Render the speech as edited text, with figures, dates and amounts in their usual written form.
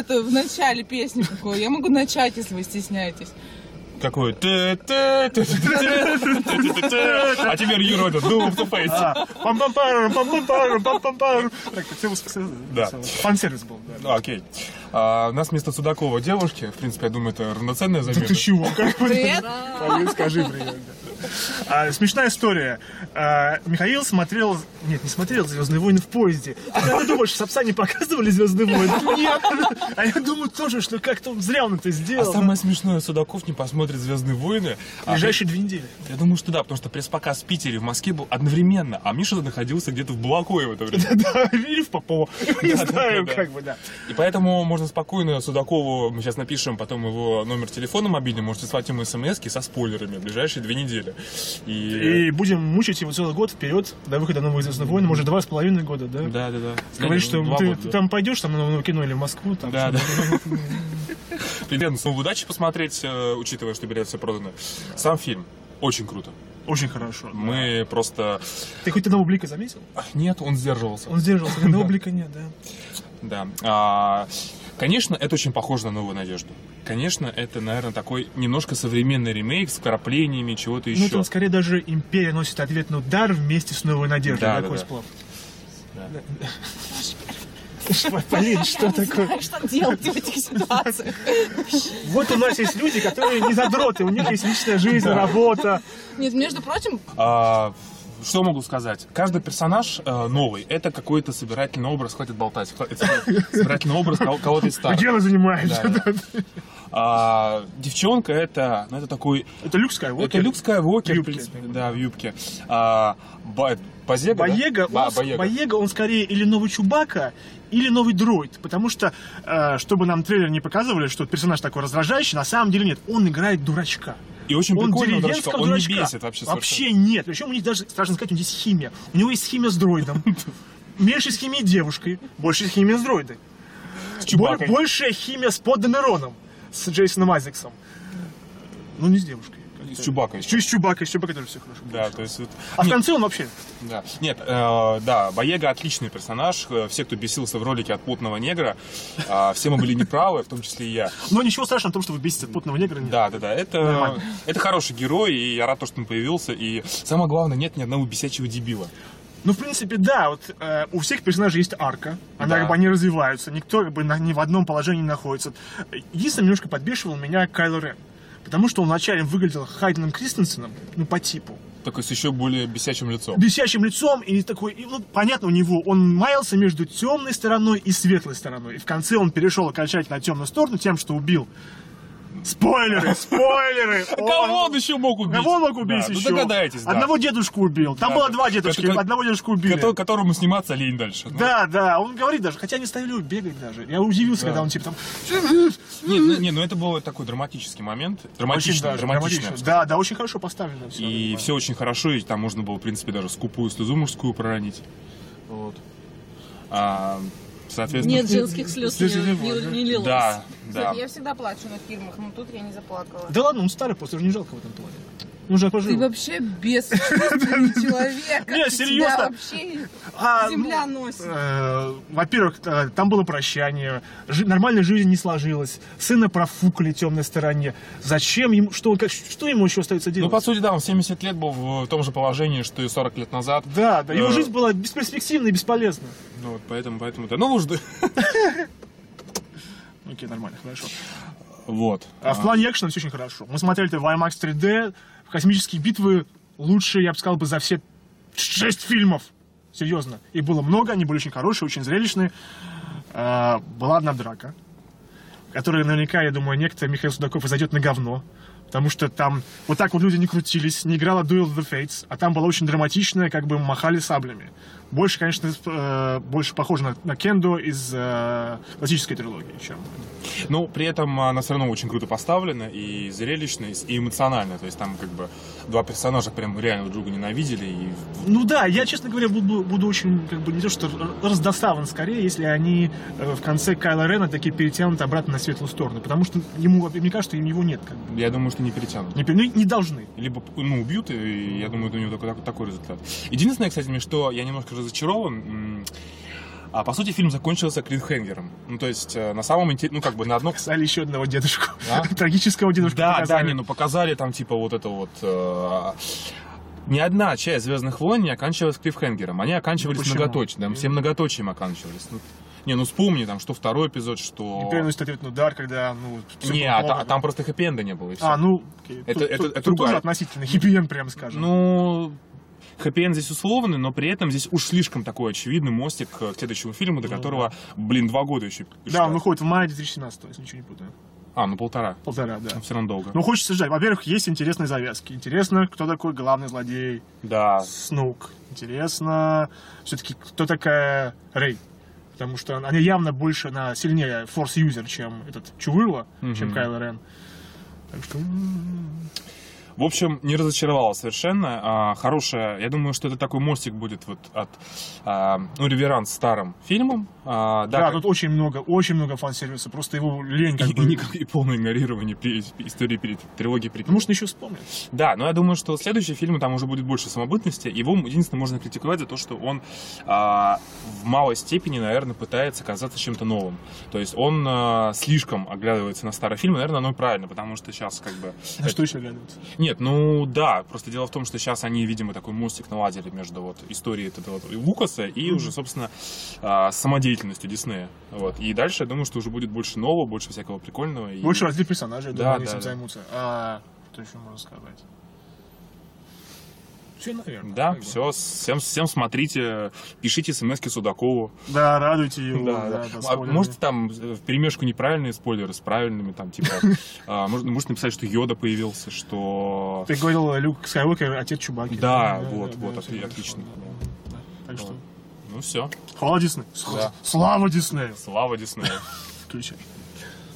это в начале песни какое. Я могу начать, если вы стесняетесь. Какой? А теперь Юра, это Duel of the Fates. Да. Фан-сервис был. Окей. У нас вместо Судакова девушки. В принципе, я думаю, это равноценная замена. Ты чего? Привет. Скажи привет. Смешная история. Михаил смотрел... Нет, не смотрел «Звездные войны» в поезде. Ты думаешь, в Сапсане показывали «Звездные войны»? Нет. А я думаю тоже, что как-то зря он это сделал. А самое смешное, Судаков не посмотрит «Звездные войны». Ближайшие 2 недели. Я думаю, что да, потому что пресс-показ в Питере и в Москве был одновременно, а Миша находился где-то в Балакове в это время. Да, или в Попово. Не знаю, как бы, да. И поэтому можно спокойно Судакову, мы сейчас напишем потом его номер телефона мобильный, можете слать ему смс-ки со спойлерами в ближайшие 2 недели. И будем мучить его целый год вперед до выхода новых «Звездных войн», может 2,5 года, да? Да. Говоришь, что ты там пойдешь там на новое кино или в Москву. Там, да. Примерно снова удачи посмотреть, учитывая, что билеты все проданы. Сам фильм очень круто. Очень хорошо. Мы просто... Ты хоть одного блика заметил? Нет, он сдерживался. Он сдерживался, ни одного блика нет, да. Да. Конечно, это очень похоже на «Новую надежду». Конечно, это, наверное, такой немножко современный ремейк с вкраплениями чего-то еще. Ну, там скорее даже «Империя» носит ответный удар вместе с «Новой надеждой». Да. Сплав. Полин, что такое? Что делать в этих ситуациях? Вот у нас есть люди, которые не задроты, у них есть личная жизнь, работа. Нет, между прочим... Что могу сказать? Каждый персонаж новый. Это какой-то собирательный образ. Хватит болтать. Собирательный образ кого-то из старых. Дело занимаешься. Девчонка это такой... Это Люк Скайуокер. Это Люк Скайуокер, в принципе. Да, в юбке. Боега, он скорее или новый Чубака, или новый дроид. Потому что, чтобы нам трейлер не показывали, что персонаж такой раздражающий, на самом деле нет. Он играет дурачка. И очень прикольно, дурачка. Он не бесит вообще. Вообще нет. Причем у них даже, страшно сказать, у них есть химия. У него есть химия с дроидом. Меньше с химией девушкой, больше химия с дроидой. Большая химия с Подденероном, с Джейсоном Айзексом. Ну, не с девушкой. С Чубакой. С Чубакой тоже все хорошо. Да, то есть... А в конце он вообще... Да. Нет, Боега отличный персонаж. Все, кто бесился в ролике от потного негра, все мы были неправы, в том числе и я. Но ничего страшного в том, что вы беситесь от потного негра. Да. Это хороший герой, и я рад, что он появился. И самое главное, нет ни одного бесячего дебила. Ну, в принципе, да, вот у всех персонажей есть арка, они развиваются, никто ни в одном положении не находится. Единственное, немножко подбешивал меня Кайло Рен, потому что он вначале выглядел Хайденом Кристенсеном, по типу. Только с еще более бесячим лицом. Бесячим лицом, и такой, понятно, у него, он маялся между темной стороной и светлой стороной, и в конце он перешел окончательно на темную сторону тем, что убил. Спойлеры! Кого он еще мог убить? Кого он мог убить еще? Догадайтесь, да. Одного дедушку убил. Там было 2 дедушки, одного дедушку убили. Которому сниматься лень дальше. Да, он говорит даже, хотя не ставили его бегать даже. Я удивился, когда он типа там... Не, это был такой драматический момент. Драматично. Да, очень хорошо поставлено. И все очень хорошо, и там можно было, в принципе, даже скупую слезу мужскую проронить. Вот. Соответственно... Нет, женских слез не лилось. Да. Я всегда плачу на фильмах, но тут я не заплакала. Да ладно, он старый, просто уже не жалко в этом плане. Уже пожил. Ты вообще бесчувственный человек. Нет, серьезно. Вообще земля носит. Во-первых, там было прощание, нормальная жизнь не сложилась, сына профукали в темной стороне. Зачем ему, что ему еще остается делать? По сути, да, он 70 лет был в том же положении, что и 40 лет назад. Да, его жизнь была бесперспективна и бесполезна. Ну вот, поэтому да. Ну, нужды. Окей, нормально, хорошо. Вот. А в плане экшена все очень хорошо. Мы смотрели это в IMAX 3D, космические битвы лучшие, я бы сказал, за все 6 фильмов. Серьезно. Их было много, они были очень хорошие, очень зрелищные. Была одна драка, которая наверняка, я думаю, некто Михаил Судаков зайдет на говно. Потому что там вот так вот люди не крутились, не играла Duel of the Fates, а там была очень драматичная, как бы махали саблями. Больше, конечно, больше похоже на Кендо из классической трилогии, чем... Но при этом она все равно очень круто поставлена, и зрелищно, и эмоционально. То есть там как бы 2 персонажа прям реально друг друга ненавидели. И... Ну да, я, честно говоря, буду очень, как бы, не то что раздосадован скорее, если они в конце Кайло Рена такие перетянут обратно на светлую сторону. Потому что мне кажется, его нет. Как бы. Я думаю, что не перетянут. Не должны. Либо убьют, и я думаю, у него такой результат. Единственное, кстати, что я немножко разочарован. А по сути фильм закончился клиффхенгером. Ну, то есть, на самом интересном, ну, как бы на одном... Показали еще одного дедушку. А? Трагического дедушку Да, показали. да, не, ну показали там типа вот это вот... Ни одна часть «Звездных войн» не оканчивалась клиффхенгером. Они оканчивались почему? многоточием. Все многоточием оканчивались. Ну, не, ну вспомни, там, что второй эпизод, что... Империя наносит ответный удар, когда, ну... всё Не, было плохо. там просто хэппи-энда не было, и всё. А, ну... окей. Это Тут тоже другая. относительно хэппи-энд, прям скажем. Ну, хэппи-энд здесь условный, но при этом здесь уж слишком такой очевидный мостик к следующему фильму, до которого, 2 года еще. Да, он выходит в мае 2017, если ничего не путаю. А, ну 1,5. 1,5, да. Ну, все равно долго. Ну, хочется ждать. Во-первых, есть интересные завязки. Интересно, кто такой главный злодей Да. Снук. Интересно, все-таки, кто такая Рэй. Потому что они явно больше, она сильнее форс-юзер, чем этот Чувырла, чем Кайло Рен. Так что... В общем, не разочаровало совершенно. Хорошая, я думаю, что это такой мостик будет вот от реверанс старым фильмам. Да, тут очень много фан-сервиса. Просто его лень как бы... И полное игнорирование истории трилогии приквелов. Ну, может, еще вспомнить. Да, но я думаю, что следующие фильмы там уже будет больше самобытности. Его единственное можно критиковать за то, что он в малой степени, наверное, пытается казаться чем-то новым. То есть он слишком оглядывается на старый фильм. Наверное, оно и правильно, потому что сейчас как бы... На что еще оглядываться? Нет, ну да, просто дело в том, что сейчас они, видимо, такой мостик наладили между вот историей этого Лукаса и уже, собственно, самодеятельностью Диснея. Вот. И дальше я думаю, что уже будет больше нового, больше всякого прикольного. Больше разлив персонажей, я думаю, Да, они этим да. займутся. Что еще можно сказать? Все, наверное. Да, как бы. все, всем смотрите, пишите смс-ки Судакову. Да, радуйте его. Да. спойлерами. Можете там в перемешку неправильные спойлеры с правильными, там, типа, можете написать, что Йода появился, что... Ты говорил, Люк Скайуокер, отец Чубаки. Да, всё отлично. хорошо, да. Так что, Ну все, хвала Дисней. Да. Слава Диснею. слава Диснею. Включай.